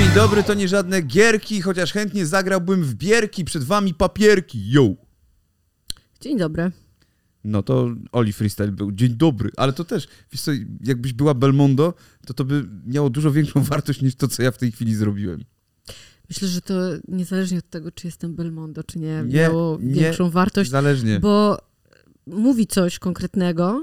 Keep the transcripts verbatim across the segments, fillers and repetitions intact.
Dzień dobry, to nie żadne gierki, chociaż chętnie zagrałbym w bierki, przed wami papierki, yo! Dzień dobry. No to Oli Freestyle był, dzień dobry, ale to też, wiesz co, jakbyś była Belmondo, to to by miało dużo większą wartość niż to, co ja w tej chwili zrobiłem. Myślę, że to niezależnie od tego, czy jestem Belmondo, czy nie, Nie, miało nie, większą wartość, zależnie. Bo mówi coś konkretnego,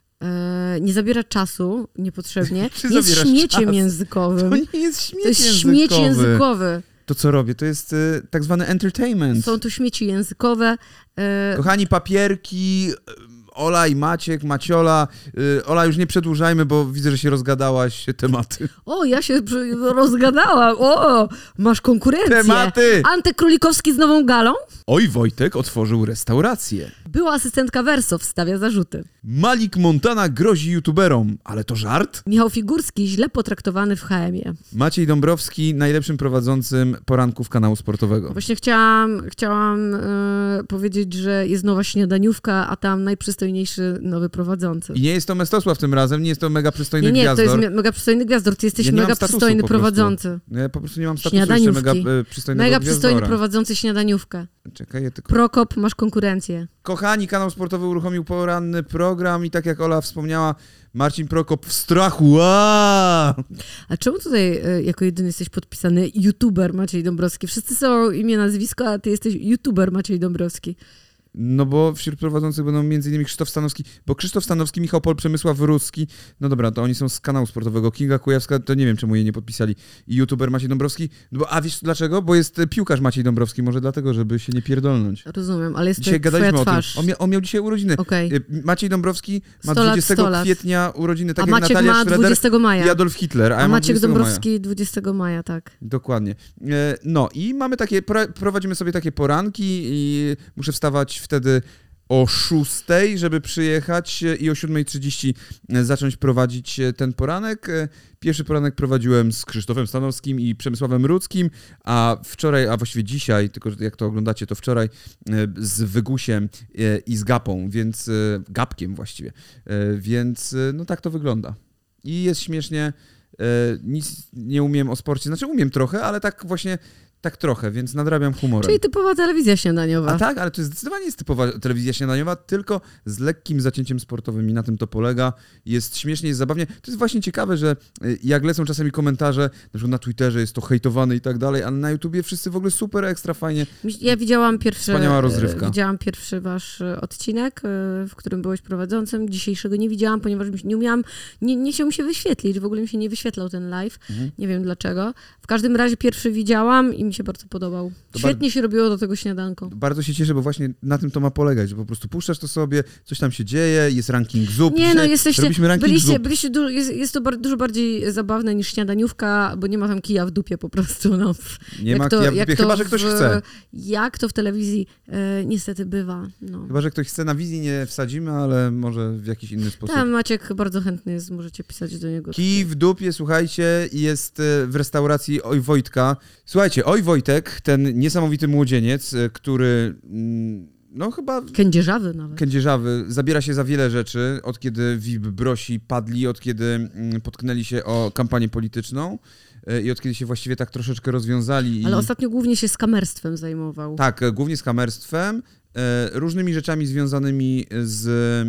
e, nie zabiera czasu niepotrzebnie, Czy nie jest zabierasz śmieciem czas? językowym. To nie jest śmieć To jest językowy. śmieć językowy. To co robię, to jest y, tak zwany entertainment. Są tu śmieci językowe. E, Kochani, papierki, Ola i Maciek, Maciola. Y, Ola, już nie przedłużajmy, bo widzę, że się rozgadałaś tematy. o, ja się przy- rozgadałam. O, masz konkurencję. Tematy! Antek Królikowski z nową galą. Oj, Wojtek otworzył restaurację. Była asystentka Verso, wstawia zarzuty. Malik Montana grozi youtuberom, ale to żart? Michał Figurski źle potraktowany w H M-ie. Maciej Dąbrowski, najlepszym prowadzącym poranków kanału sportowego. Właśnie chciałam, chciałam e, powiedzieć, że jest nowa śniadaniówka, a tam najprzystojniejszy nowy prowadzący. I nie jest to Mestosław tym razem, nie jest to mega przystojny Nie, nie, gwiazdor. to jest me- mega przystojny gwiazdor, ty jesteś Ja nie mam mega statusu przystojny po prostu. prowadzący. Ja po prostu nie mam statusu jeszcze Śniadaniówki. mega e, przystojnego Mega gwiazdora. przystojny prowadzący śniadaniówkę. Czekaj, ja tylko... Prokop, masz konkurencję. Kochani, kanał sportowy uruchomił poranny program i tak jak Ola wspomniała, Marcin Prokop w strachu. Aaaa! A czemu tutaj e, jako jedyny jesteś podpisany youtuber Maciej Dąbrowski? Wszyscy są imię, nazwisko, a ty jesteś youtuber Maciej Dąbrowski. No bo wśród prowadzących będą między innymi Krzysztof Stanowski, bo Krzysztof Stanowski, Michał Pol, Przemysław Ruski, no dobra, to oni są z kanału sportowego, Kinga Kujawska, to nie wiem, czemu jej nie podpisali. I youtuber Maciej Dąbrowski, no bo, a wiesz dlaczego? Bo jest piłkarz Maciej Dąbrowski, może dlatego, żeby się nie pierdolnąć. Rozumiem, ale jest Dzisiaj to twoja gadaliśmy o twarz. tym. On, mia- on miał dzisiaj urodziny. Okej. Y, Maciej Dąbrowski ma sto lat, dwudziestego sto lat. kwietnia urodziny, tak A jak Maciek Natalia ma Schroeder dwudziestego maja. i Adolf Hitler, a, A ja mam Maciek dwudziestego maja. Dąbrowski dwudziestego maja, tak. Dokładnie. E, No i mamy takie, pro- prowadzimy sobie takie poranki i muszę wstawać wtedy o szóstej, żeby przyjechać i o siódma trzydzieści zacząć prowadzić ten poranek. E, Pierwszy poranek prowadziłem z Krzysztofem Stanowskim i Przemysławem Rudzkim, a wczoraj, a właściwie dzisiaj, tylko że jak to oglądacie, to wczoraj e, z Wygusiem e, i z Gapą, więc e, Gapkiem właściwie, E, więc e, no tak to wygląda. I jest śmiesznie. E, nic nie umiem o sporcie, znaczy umiem trochę, ale tak właśnie, tak trochę, więc nadrabiam humorem. Czyli typowa telewizja śniadaniowa. A tak, ale to jest zdecydowanie jest typowa telewizja śniadaniowa, tylko z lekkim zacięciem sportowym i na tym to polega. Jest śmiesznie, jest zabawnie. To jest właśnie ciekawe, że y, jak lecą czasami komentarze, na przykład na Twitterze jest to hejtowane i tak dalej, ale na YouTubie wszyscy w ogóle super ekstra fajnie. Ja widziałam pierwszy, Wspaniała rozrywka. Widziałam pierwszy wasz odcinek, w którym byłeś prowadzącym. Dzisiejszego nie widziałam, ponieważ mi się- nie umiałam, nie, nie chciał mi się wyświetlić. W ogóle mi się nie wyświetlał ten live. Mhm. Nie wiem dlaczego. W każdym razie pierwszy widziałam i mi się bardzo podobał. To Świetnie bar- się robiło do tego śniadanko. Bardzo się cieszę, bo właśnie na tym to ma polegać, że po prostu puszczasz to sobie, coś tam się dzieje, jest ranking zup. Nie no, Dzisiaj jesteście, robiliśmy ranking byliście, zup. byliście du- jest, jest to bar- dużo bardziej zabawne niż śniadaniówka, bo nie ma tam kija w dupie po prostu. No. Nie Jak ma to- kija w jak dupie, to chyba że ktoś w- chce. Jak to w telewizji e, niestety bywa. No. Chyba że ktoś chce, na wizji nie wsadzimy, ale może w jakiś inny sposób. Tam Maciek bardzo chętny jest, możecie pisać do niego. Kij w dupie, słuchajcie, jest e, w restauracji Oj Wojtka. Słuchajcie, Oj Wojtek, ten niesamowity młodzieniec, e, który, mm, no chyba Kędzierzawy nawet. kędzierzawy, zabiera się za wiele rzeczy, od kiedy V I P Brosi padli, od kiedy mm, potknęli się o kampanię polityczną e, i od kiedy się właściwie tak troszeczkę rozwiązali. Ale i... ostatnio głównie się skamerstwem zajmował. Tak, e, głównie z kamerstwem, e, różnymi rzeczami związanymi z,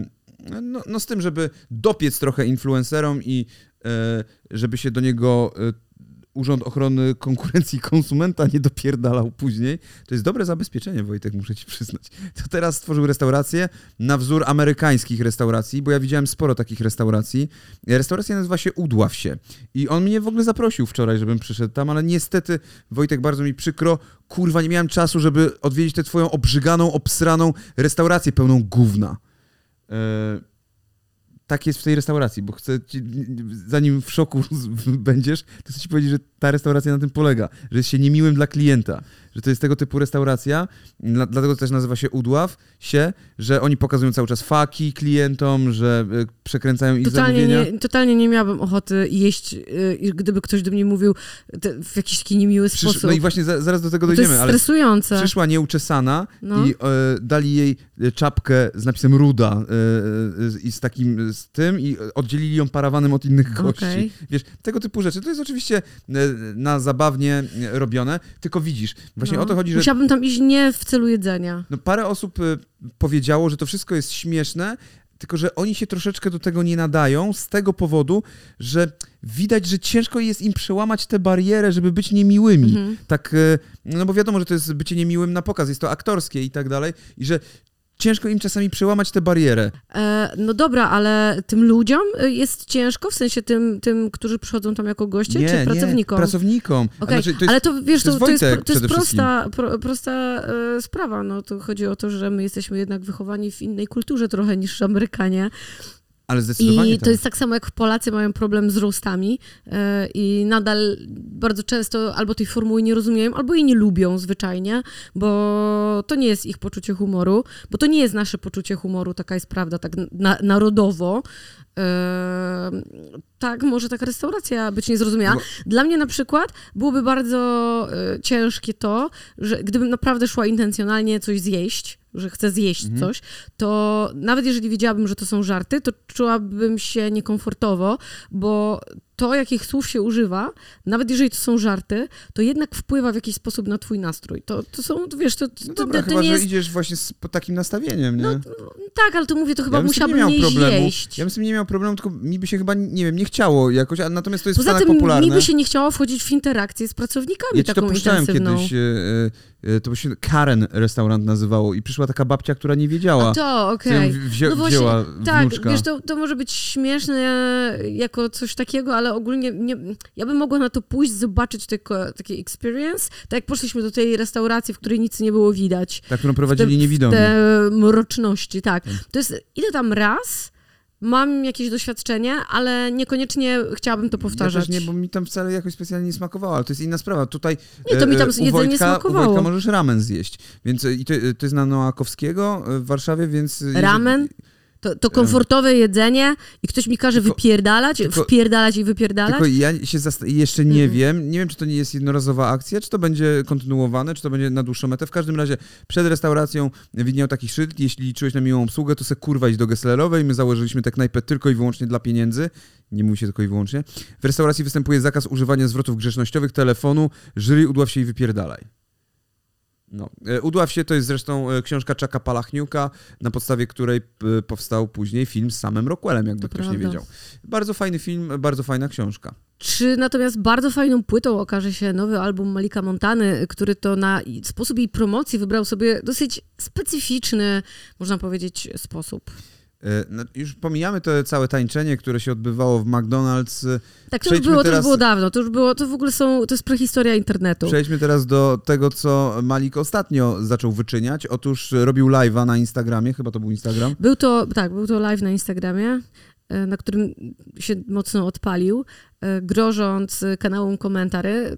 no, no z tym, żeby dopiec trochę influencerom i e, żeby się do niego e, Urząd Ochrony Konkurencji i Konsumenta nie dopierdalał później. To jest dobre zabezpieczenie, Wojtek, muszę ci przyznać. To teraz stworzył restaurację na wzór amerykańskich restauracji, bo ja widziałem sporo takich restauracji. Restauracja nazywa się Udław się. I on mnie w ogóle zaprosił wczoraj, żebym przyszedł tam, ale niestety, Wojtek, bardzo mi przykro, kurwa, nie miałem czasu, żeby odwiedzić tę twoją obrzyganą, obsraną restaurację pełną gówna. Yy... Tak jest w tej restauracji, bo chcę ci, zanim w szoku będziesz, to chcę ci powiedzieć, że ta restauracja na tym polega, że jest się niemiłym dla klienta. że to jest tego typu restauracja, dla, dlatego też nazywa się Udław, się, że oni pokazują cały czas faki klientom, że y, przekręcają ich totalnie zamówienia. Nie, totalnie nie miałabym ochoty jeść, y, gdyby ktoś do mnie mówił te, w jakiś taki niemiły Przysz, sposób. no i właśnie za, zaraz do tego to dojdziemy, jest ale stresujące. przyszła nieuczesana No. i y, dali jej czapkę z napisem Ruda y, y, i z takim, z tym i oddzielili ją parawanem od innych gości. Okay. Wiesz, tego typu rzeczy, to jest oczywiście y, na zabawnie robione, tylko widzisz, właśnie no. o to chodzi, że... Musiałabym tam iść nie w celu jedzenia. No parę osób y, powiedziało, że to wszystko jest śmieszne, tylko że oni się troszeczkę do tego nie nadają z tego powodu, że widać, że ciężko jest im przełamać tę barierę, żeby być niemiłymi. Mhm. Tak, y, no bo wiadomo, że to jest bycie niemiłym na pokaz, jest to aktorskie i tak dalej, i że ciężko im czasami przełamać tę barierę. E, no dobra, ale tym ludziom jest ciężko, w sensie tym, tym którzy przychodzą tam jako goście, nie, czy pracownikom? Nie, pracownikom. Okay. Znaczy, to jest, ale to wiesz, to, to, jest, to jest prosta, pro, prosta e, sprawa. No, to chodzi o to, że my jesteśmy jednak wychowani w innej kulturze trochę niż Amerykanie. Ale zdecydowanie I to tak. jest tak samo, jak Polacy mają problem z roastami yy, i nadal bardzo często albo tej formuły nie rozumieją, albo jej nie lubią zwyczajnie, bo to nie jest ich poczucie humoru, bo to nie jest nasze poczucie humoru, taka jest prawda, tak na, narodowo. Yy, tak, może taka restauracja być niezrozumiała. No. Dla mnie na przykład byłoby bardzo y, ciężkie to, że gdybym naprawdę szła intencjonalnie coś zjeść, że chcę zjeść mhm. coś, to nawet jeżeli wiedziałabym, że to są żarty, to czułabym się niekomfortowo, bo to, jakich słów się używa, nawet jeżeli to są żarty, to jednak wpływa w jakiś sposób na twój nastrój. To, to są, wiesz, to, to, no dobra, to, to chyba, nie że jest... idziesz właśnie z takim nastawieniem, nie? No, tak, ale to mówię, to chyba ja musiałabym nie, nie problemu. jeść. Ja bym z tym nie miał problemu, tylko mi by się chyba, nie wiem, nie chciało jakoś, a natomiast to jest Poza w Stanach tym popularne. mi by się nie chciało wchodzić w interakcję z pracownikami ja ci taką to puszczałem intensywną. kiedyś, e, e, to się Karen restaurant nazywało i przyszła taka babcia, która nie wiedziała. A to, okej. Okay. Wzię, no właśnie, wzięła tak, wnuczka. wiesz, to, to może być śmieszne jako coś takiego, ale ogólnie nie, ja bym mogła na to pójść, zobaczyć tylko taki experience, tak jak poszliśmy do tej restauracji, w której nic nie było widać. Tak, którą prowadzili te, niewidomi. Te mroczności, tak. To jest, idę tam raz, mam jakieś doświadczenie, ale niekoniecznie chciałabym to powtarzać. Ja też nie, bo mi tam wcale jakoś specjalnie nie smakowało, ale to jest inna sprawa. Tutaj nie, to mi tam u jedzenie Wojtka, smakowało. U Wojtka możesz ramen zjeść. Więc i to, to jest na Noakowskiego w Warszawie, więc... Ramen? To, to komfortowe jedzenie i ktoś mi każe tylko, wypierdalać, tylko, wpierdalać i wypierdalać? Tylko ja się zast- jeszcze nie mhm. wiem, nie wiem, czy to nie jest jednorazowa akcja, czy to będzie kontynuowane, czy to będzie na dłuższą metę. W każdym razie przed restauracją widniał taki szyld, jeśli liczyłeś na miłą obsługę, to se kurwa idź do Gesslerowej. My założyliśmy tę knajpę tylko i wyłącznie dla pieniędzy. Nie mówi się tylko i wyłącznie. W restauracji występuje zakaz używania zwrotów grzecznościowych, telefonu, jury udław się i wypierdalaj. No. Udław się to jest zresztą książka Chucka Palahniuka, na podstawie której powstał później film z samym Rockwellem, jakby to ktoś prawda. nie wiedział. Bardzo fajny film, bardzo fajna książka. Czy natomiast bardzo fajną płytą okaże się nowy album Malika Montany, który to na sposób jej promocji wybrał sobie dosyć specyficzny, można powiedzieć, sposób. No, już pomijamy to całe tańczenie, które się odbywało w McDonald's. Tak, to już było, teraz, to już było dawno, to już było, to w ogóle są, to jest prehistoria internetu. Przejdźmy teraz do tego, co Malik ostatnio zaczął wyczyniać. Otóż robił live'a na Instagramie, chyba to był Instagram. Był to, tak, był to live na Instagramie, na którym się mocno odpalił, grożąc kanałom komentarzy,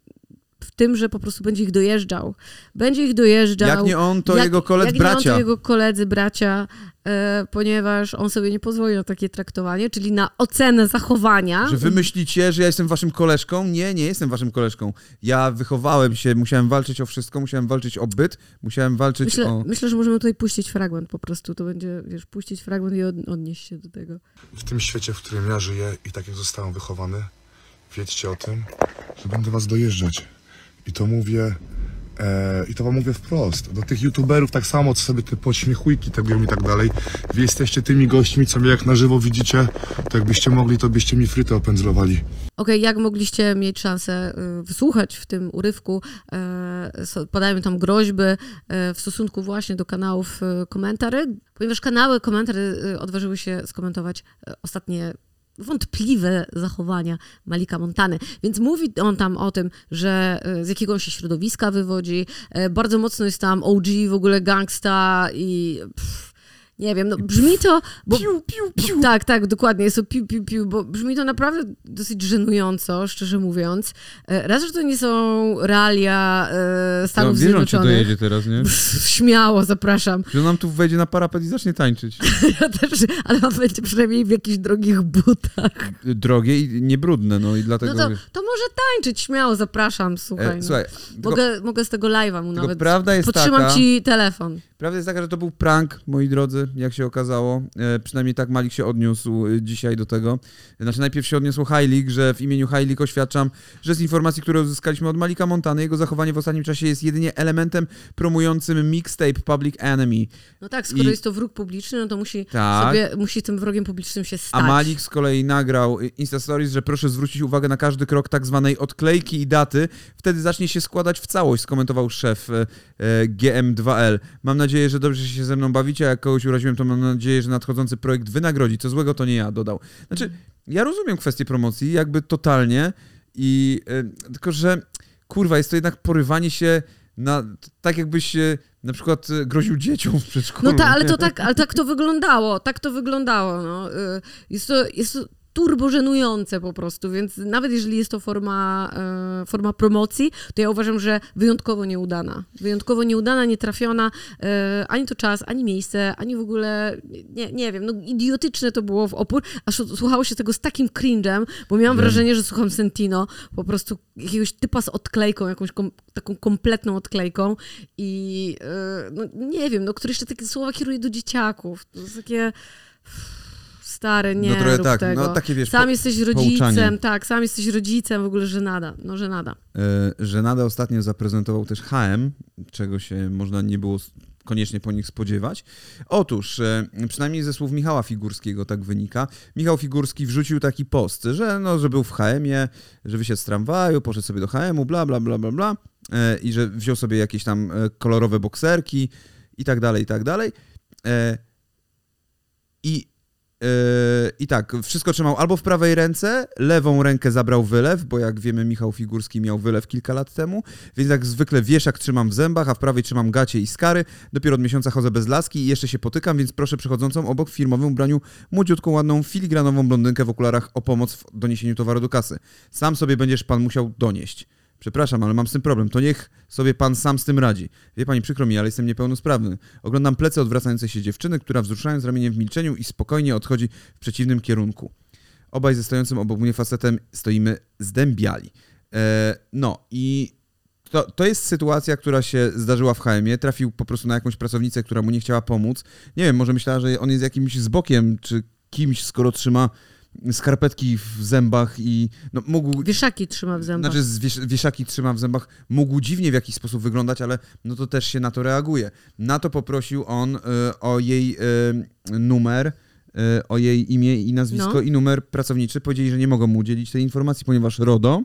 w tym, że po prostu będzie ich dojeżdżał. Będzie ich dojeżdżał. Jak nie on, to jak, jego koledzy jak bracia. Jak nie on, to jego koledzy bracia, e, ponieważ on sobie nie pozwoli na takie traktowanie, czyli na ocenę zachowania. Że wy myślicie, że ja jestem waszym koleżką? Nie, nie jestem waszym koleżką. Ja wychowałem się, musiałem walczyć o wszystko, musiałem walczyć o byt, musiałem walczyć myślę, o... Myślę, że możemy tutaj puścić fragment po prostu. To będzie, wiesz, puścić fragment i od, odnieść się do tego. W tym świecie, w którym ja żyję i tak jak zostałem wychowany, wiedzcie o tym, że będę was dojeżdżać. I to mówię, e, i to wam mówię wprost. Do tych youtuberów tak samo, co sobie te podśmiechujki tego i tak dalej. Wy jesteście tymi gośćmi, co mnie jak na żywo widzicie, to jakbyście mogli, to byście mi frytę opędzlowali. Okej, okay, jak mogliście mieć szansę y, wysłuchać w tym urywku, y, so, podajemy tam groźby y, w stosunku właśnie do kanałów y, komentarzy, ponieważ kanały komentarzy y, odważyły się skomentować y, ostatnie wątpliwe zachowania Malika Montany. Więc mówi on tam o tym, że z jakiego on się środowiska wywodzi. Bardzo mocno jest tam O G, w ogóle gangsta i pff, Nie wiem, no brzmi to... Bo, Piu, piu, piu. Bo, tak, tak, dokładnie, jest to piu, piu, piu, bo brzmi to naprawdę dosyć żenująco, szczerze mówiąc. Raz, że to nie są realia e, Stanów No, wiesz, on cię Zjednoczonych. dojedzie teraz, nie? Śmiało, zapraszam. Że nam tu wejdzie na parapet i zacznie tańczyć. Ja też, ale on będzie przynajmniej w jakichś drogich butach. Drogie i niebrudne, no i dlatego... No to, to może tańczyć, śmiało, zapraszam, słuchaj. E, no. słuchaj, tylko, Mogę, mogę z tego live'a mu nawet... prawda jest Podtrzymam taka- ci telefon. Prawda jest taka, że to był prank, moi drodzy, jak się okazało. E, przynajmniej tak Malik się odniósł e, dzisiaj do tego. Znaczy najpierw się odniósł High League, że w imieniu High League oświadczam, że z informacji, które uzyskaliśmy od Malika Montany, jego zachowanie w ostatnim czasie jest jedynie elementem promującym mixtape Public Enemy. No tak, skoro I- jest to wróg publiczny, no to musi Tak. sobie, musi tym wrogiem publicznym się A stać. Malik z kolei nagrał Insta Stories, że proszę zwrócić uwagę na każdy krok tak zwanej odklejki i daty. Wtedy zacznie się składać w całość, skomentował szef e, e, G M dwa L. Mam nadzieję, że dobrze się ze mną bawicie, a jak kogoś uraziłem, to mam nadzieję, że nadchodzący projekt wynagrodzi. Co złego, to nie ja, dodał. Znaczy, ja rozumiem kwestię promocji, jakby totalnie, i e, tylko, że kurwa, jest to jednak porywanie się na, tak jakbyś e, na przykład e, groził dzieciom w przedszkolu. No tak, ale nie? to tak, ale tak to wyglądało, tak to wyglądało. No. Y, Jest to, jest to turbo żenujące po prostu, więc nawet jeżeli jest to forma, e, forma promocji, to ja uważam, że wyjątkowo nieudana. Wyjątkowo nieudana, nietrafiona, e, ani to czas, ani miejsce, ani w ogóle, nie, nie wiem, no idiotyczne to było w opór, aż słuchało się tego z takim cringe'em, bo miałam Wiem. wrażenie, że słucham Sentino, po prostu jakiegoś typa z odklejką, jakąś kom, taką kompletną odklejką i e, no nie wiem, no który jeszcze takie słowa kieruje do dzieciaków. To jest takie... Stary, nie No trochę rób tak, tego. no takie wiesz, Sam po- jesteś pouczanie. rodzicem, tak, sam jesteś rodzicem, w ogóle żenada, no żenada. E, Żenada ostatnio zaprezentował też H M, czego się można nie było s- koniecznie po nich spodziewać. Otóż, e, przynajmniej ze słów Michała Figurskiego tak wynika, Michał Figurski wrzucił taki post, że, no, że był w H M-ie, że wysiadł z tramwaju, poszedł sobie do H M-u, bla, bla, bla, bla, bla, e, i że wziął sobie jakieś tam e, kolorowe bokserki i tak dalej, i tak dalej. E, I Yy, I tak, wszystko trzymał albo w prawej ręce, lewą rękę zabrał wylew, bo jak wiemy Michał Figurski miał wylew kilka lat temu, więc jak zwykle wieszak trzymam w zębach, a w prawej trzymam gacie i skary. Dopiero od miesiąca chodzę bez laski i jeszcze się potykam, więc proszę przychodzącą obok w firmowym ubraniu młodziutką, ładną, filigranową blondynkę w okularach o pomoc w doniesieniu towaru do kasy. Sam sobie będziesz pan musiał donieść. Przepraszam, ale mam z tym problem. To niech sobie pan sam z tym radzi. Wie pani, przykro mi, ale jestem niepełnosprawny. Oglądam plecy odwracającej się dziewczyny, która wzruszając ramieniem w milczeniu i spokojnie odchodzi w przeciwnym kierunku. Obaj ze stojącym obok mnie facetem stoimy zdębiali. E, no i to, to jest sytuacja, która się zdarzyła w H M-ie. Trafił po prostu na jakąś pracownicę, która mu nie chciała pomóc. Nie wiem, może myślała, że on jest jakimś zbokiem, czy kimś, skoro trzyma skarpetki w zębach i no, mógł... Wieszaki trzyma w zębach. Znaczy z wiesz, wieszaki trzyma w zębach, mógł dziwnie w jakiś sposób wyglądać, ale no to też się na to reaguje. Na to poprosił on y, o jej y, numer, y, o jej imię i nazwisko No. i numer pracowniczy. Powiedzieli, że nie mogą mu udzielić tej informacji, ponieważ RODO.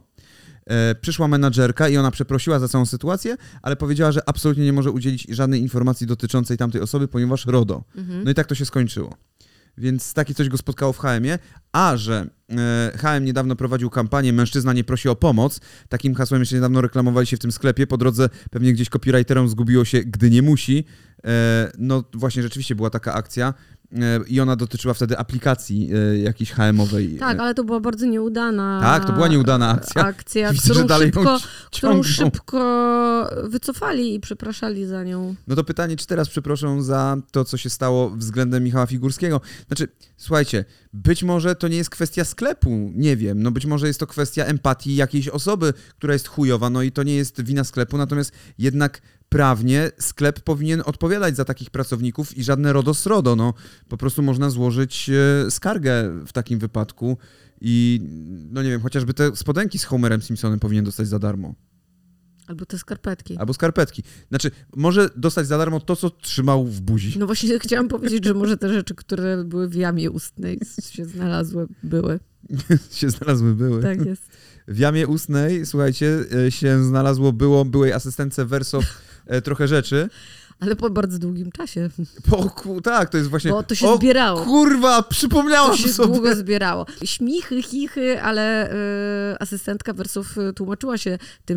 E, przyszła menadżerka i ona przeprosiła za całą sytuację, ale powiedziała, że absolutnie nie może udzielić żadnej informacji dotyczącej tamtej osoby, ponieważ RODO. Mhm. No i tak to się skończyło. Więc takie coś go spotkało w H M-ie, a że e, H M niedawno prowadził kampanię Mężczyzna nie prosi o pomoc, takim hasłem jeszcze niedawno reklamowali się w tym sklepie, po drodze pewnie gdzieś copywriterom zgubiło się, gdy nie musi. E, no właśnie, rzeczywiście była taka akcja e, i ona dotyczyła wtedy aplikacji e, jakiejś H M-owej. Tak, ale to była bardzo nieudana Tak, to była nieudana akcja. akcja Widzę, którą, że dalej ją szybko, ci- którą ciągną. szybko wycofali i przepraszali za nią. No to pytanie, czy teraz przeproszą za to, co się stało względem Michała Figurskiego? Znaczy, słuchajcie, być może to nie jest kwestia sklepu, nie wiem, no być może jest to kwestia empatii jakiejś osoby, która jest chujowa, no i to nie jest wina sklepu, natomiast jednak prawnie sklep powinien odpowiadać za takich pracowników i żadne RODO z RODO, no po prostu można złożyć e, skargę w takim wypadku i no nie wiem, chociażby te spodenki z Homerem Simpsonem powinien dostać za darmo. Albo te skarpetki. Albo skarpetki. Znaczy, może dostać za darmo to, co trzymał w buzi. No właśnie chciałam powiedzieć, że może te rzeczy, które były w jamie ustnej się znalazły, były. się znalazły, były. Tak jest. W jamie ustnej, słuchajcie, e, się znalazło, było byłej asystentce Verso e, trochę rzeczy. Ale po bardzo długim czasie. Po, ku, tak, to jest właśnie... Bo to się o, zbierało. Kurwa, przypomniałam To się sobie. długo zbierało. Śmichy, chichy, ale y, asystentka Versów tłumaczyła się tym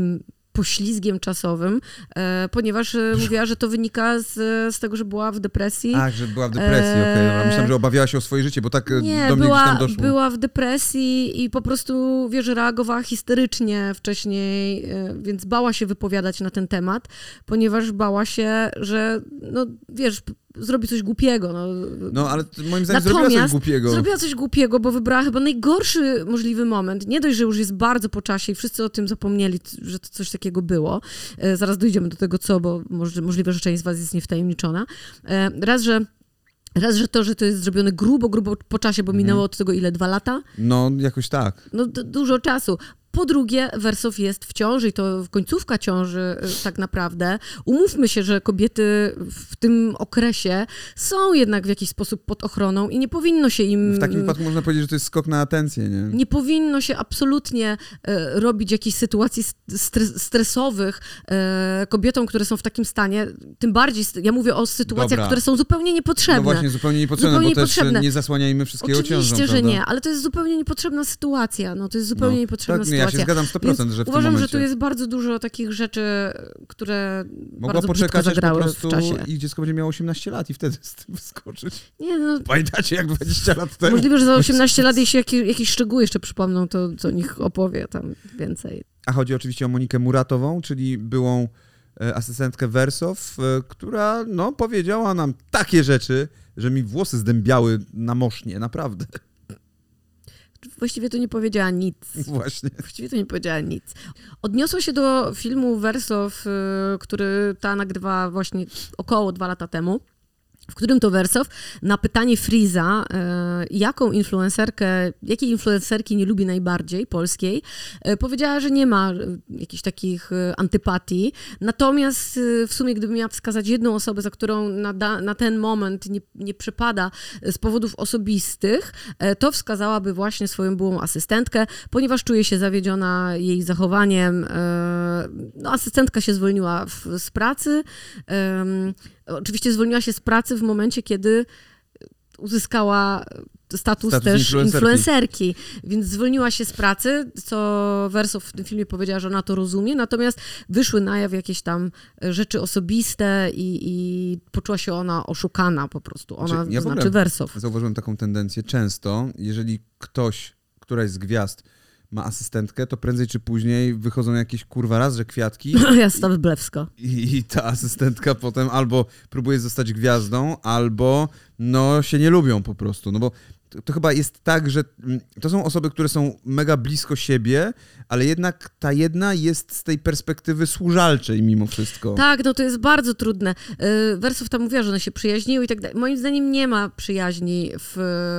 poślizgiem czasowym, e, ponieważ e, mówiła, że to wynika z, z tego, że była w depresji. Ach, że była w depresji, okej, okay, dobra. Myślałem, że obawiała się o swoje życie, bo tak nie, do mnie była, gdzieś tam doszło. była w depresji i po prostu, wiesz, reagowała histerycznie wcześniej, e, więc bała się wypowiadać na ten temat, ponieważ bała się, że, no wiesz, zrobi coś głupiego. No, no ale moim zdaniem Natomiast zrobiła coś głupiego. Zrobiła coś głupiego, bo wybrała chyba najgorszy możliwy moment. Nie dość, że już jest bardzo po czasie i wszyscy o tym zapomnieli, że to coś takiego było. E, zaraz dojdziemy do tego co, bo może, możliwe, że część z was jest niewtajemniczona. E, raz, że Raz, że to, że to jest zrobione grubo, grubo po czasie, bo minęło od tego ile? Dwa lata? No, jakoś tak. No, d- dużo czasu. Po drugie, Wersow jest w ciąży i to końcówka ciąży tak naprawdę. Umówmy się, że kobiety w tym okresie są jednak w jakiś sposób pod ochroną i nie powinno się im... W takim wypadku można powiedzieć, że to jest skok na atencję, nie? Nie powinno się absolutnie e, robić jakichś sytuacji stres, stresowych e, kobietom, które są w takim stanie. Tym bardziej, ja mówię o sytuacjach, Dobra. które są zupełnie niepotrzebne. No właśnie, zupełnie niepotrzebne, zupełnie bo niepotrzebne. też nie zasłaniajmy wszystkiego Oczywiście, ciążą, że prawda? nie, ale to jest zupełnie niepotrzebna sytuacja. No, to jest zupełnie no, niepotrzebna tak, sytuacja. Ja się zgadzam sto procent, Więc że w tym uważam, momencie... że tu jest bardzo dużo takich rzeczy, które Mogła bardzo poczekać, aż zagrały po prostu w czasie. ich dziecko będzie miało osiemnaście lat i wtedy z tym wyskoczyć. Nie, no, Pamiętacie, jak dwadzieścia lat temu? możliwe, że za osiemnaście lat, jeśli jakieś, jakieś szczegóły jeszcze przypomną, to, to niech opowie tam więcej. A chodzi oczywiście o Monikę Muratową, czyli byłą e, asystentkę Wersow, e, która no, powiedziała nam takie rzeczy, że mi włosy zdębiały na mosznie, naprawdę. Właściwie to nie powiedziała nic. Właśnie. Właściwie to nie powiedziała nic. Odniosła się do filmu Wersow, który ta nagrywała właśnie około dwa lata temu, w którym to Wersow na pytanie Freeza, jaką influencerkę, jakiej influencerki nie lubi najbardziej, polskiej, powiedziała, że nie ma jakichś takich antypatii. Natomiast w sumie, gdybym miała wskazać jedną osobę, za którą na, da, na ten moment nie, nie przypada z powodów osobistych, to wskazałaby właśnie swoją byłą asystentkę, ponieważ czuje się zawiedziona jej zachowaniem. No, asystentka się zwolniła w, z pracy. Oczywiście zwolniła się z pracy w momencie, kiedy uzyskała status, status też influencerki. influencerki, więc zwolniła się z pracy, co Wersow w tym filmie powiedziała, że ona to rozumie, natomiast wyszły na jaw jakieś tam rzeczy osobiste i, i poczuła się ona oszukana po prostu. Ona, znaczy, ja znaczy Wersow. Zauważyłem taką tendencję często, jeżeli ktoś, któraś z gwiazd ma asystentkę, to prędzej czy później wychodzą jakieś kurwa raz, że kwiatki. Jasna Wblewska. I, I ta asystentka potem albo próbuje zostać gwiazdą, albo no się nie lubią po prostu, no bo to, to chyba jest tak, że to są osoby, które są mega blisko siebie, ale jednak ta jedna jest z tej perspektywy służalczej mimo wszystko. Tak, no to jest bardzo trudne. Wersow tam mówiła, że one się przyjaźniły i tak dalej. Moim zdaniem nie ma przyjaźni, w,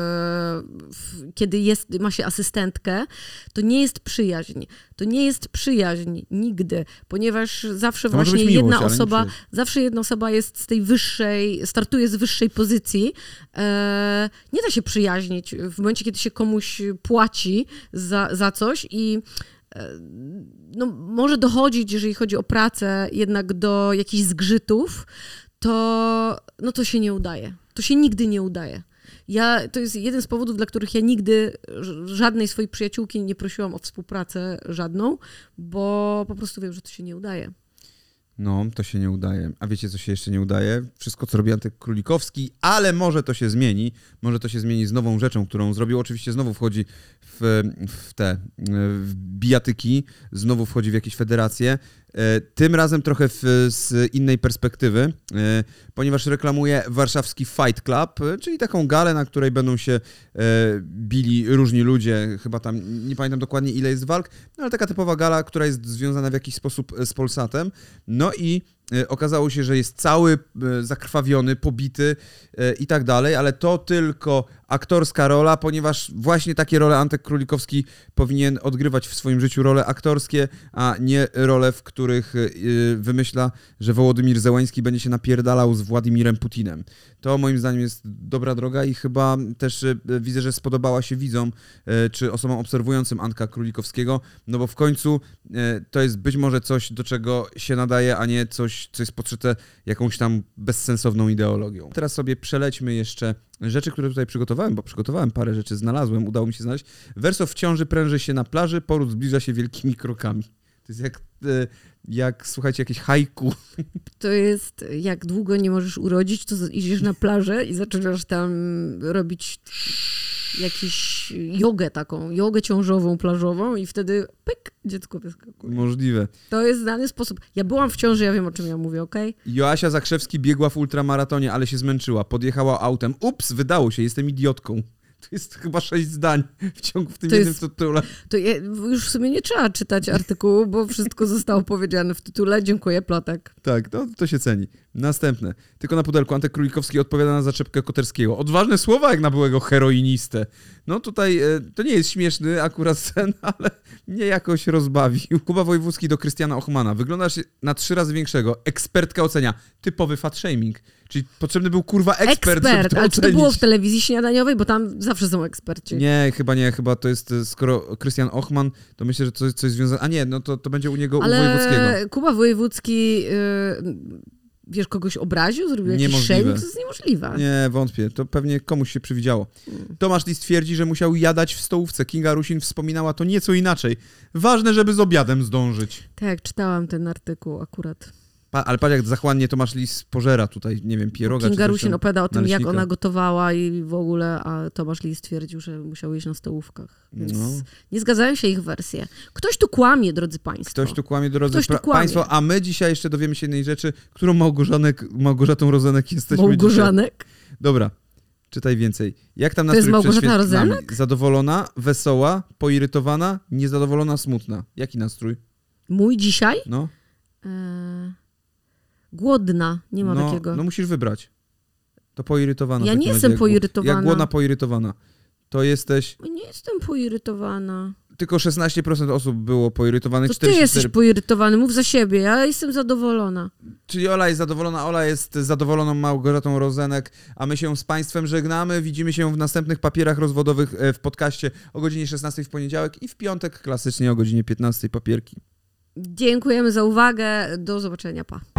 w, kiedy jest, ma się asystentkę. To nie jest przyjaźń. To nie jest przyjaźń nigdy, ponieważ zawsze to właśnie miłość, jedna osoba, nie zawsze jedna osoba jest z tej wyższej, startuje z wyższej pozycji. E, nie da się przyjaźnić w momencie, kiedy się komuś płaci za, za coś i no, może dochodzić, jeżeli chodzi o pracę, jednak do jakichś zgrzytów, to, no to się nie udaje. To się nigdy nie udaje. Ja, to jest jeden z powodów, dla których ja nigdy żadnej swojej przyjaciółki nie prosiłam o współpracę żadną, bo po prostu wiem, że to się nie udaje. No, to się nie udaje. A wiecie, co się jeszcze nie udaje? Wszystko, co robi Antek Królikowski, ale może to się zmieni. Może to się zmieni z nową rzeczą, którą zrobił. Oczywiście znowu wchodzi w, w te w bijatyki, znowu wchodzi w jakieś federacje. Tym razem trochę w, z innej perspektywy, ponieważ reklamuje warszawski Fight Club, czyli taką galę, na której będą się bili różni ludzie. Chyba tam, nie pamiętam dokładnie ile jest walk, no ale taka typowa gala, która jest związana w jakiś sposób z Polsatem. No i okazało się, że jest cały zakrwawiony, pobity i tak dalej, ale to tylko aktorska rola, ponieważ właśnie takie role Antek Królikowski powinien odgrywać w swoim życiu, role aktorskie, a nie role, w których wymyśla, że Wołodymir Zełański będzie się napierdalał z Władimirem Putinem. To moim zdaniem jest dobra droga i chyba też widzę, że spodobała się widzom czy osobom obserwującym Antka Królikowskiego, no bo w końcu to jest być może coś, do czego się nadaje, a nie coś, co jest podszyte jakąś tam bezsensowną ideologią. Teraz sobie przelećmy jeszcze rzeczy, które tutaj przygotowałem, bo przygotowałem parę rzeczy, znalazłem, udało mi się znaleźć. Wersow w ciąży pręży się na plaży, poród zbliża się wielkimi krokami. To jest jak jak, słuchajcie, jakieś haiku. To jest, jak długo nie możesz urodzić, to idziesz na plażę i zaczynasz tam robić jakąś jogę taką, jogę ciążową, plażową i wtedy pyk, dziecko wyskakuje. Możliwe. To jest znany sposób. Ja byłam w ciąży, ja wiem, o czym ja mówię, okej? Okay? Joasia Zakrzewski biegła w ultramaratonie, ale się zmęczyła. Podjechała autem. Ups, wydało się, jestem idiotką. To jest chyba sześć zdań w ciągu w tym to jednym jest, tytule. To je, już w sumie nie trzeba czytać artykułu, bo wszystko zostało powiedziane w tytule. Dziękuję, Plotek. Tak, no, to się ceni. Następne. Tylko na pudelku. Antek Królikowski odpowiada na zaczepkę Koterskiego. Odważne słowa jak na byłego heroinistę. No tutaj e, to nie jest śmieszny akurat scen, ale mnie jakoś rozbawił. Kuba Wojewódzki do Krystiana Ochmana. Wyglądasz na trzy razy większego. Ekspertka ocenia. Typowy fat shaming. Czyli potrzebny był kurwa ekspert, Ekspert, żeby to ale czy to ocenić. było w telewizji śniadaniowej, bo tam zawsze są eksperci. Nie, chyba nie, chyba to jest, skoro Krystian Ochman, to myślę, że to jest coś związane, a nie, no to, to będzie u niego, ale u Wojewódzkiego. Kuba Wojewódzki, yy, wiesz, kogoś obraził, zrobił jakiś shaming, to jest niemożliwe. Nie, wątpię, to pewnie komuś się przywidziało. Hmm. Tomasz Lis twierdzi, że musiał jadać w stołówce. Kinga Rusin wspominała to nieco inaczej. Ważne, żeby z obiadem zdążyć. Tak, czytałam ten artykuł akurat. Pa, ale patrz, jak zachłannie Tomasz Lis pożera tutaj, nie wiem, pieroga. Kinga Rusin opowiada o tym, naleśnika. jak ona gotowała i w ogóle, a Tomasz Lis twierdził, że musiał jeść na stołówkach. Więc no. nie zgadzają się ich wersje. Ktoś tu kłamie, drodzy państwo. Ktoś tu kłamie, drodzy Ktoś tu kłamie. państwo, a my dzisiaj jeszcze dowiemy się jednej rzeczy, którą Małgorzanek, Małgorzatą Rozenek jesteśmy Małgorzanek? Dzisiaj. Dobra, czytaj więcej. Jak tam to jest nastrój przed Małgorzata świętami? Rozenek? Zadowolona, wesoła, poirytowana, niezadowolona, smutna. Jaki nastrój? Mój dzisiaj? No. E... Głodna, nie ma no, takiego. No musisz wybrać. To poirytowana. Ja nie jestem jak, poirytowana. Jak głodna, poirytowana. To jesteś... Nie jestem poirytowana. Tylko szesnaście procent osób było poirytowanych. To ty czterdzieści cztery... jesteś poirytowany, mów za siebie, ja jestem zadowolona. Czyli Ola jest zadowolona, Ola jest zadowoloną Małgorzatą Rozenek, a my się z państwem żegnamy. Widzimy się w następnych papierach rozwodowych w podcaście o godzinie szesnastej w poniedziałek i w piątek klasycznie o godzinie piętnastej papierki. Dziękujemy za uwagę, do zobaczenia, pa.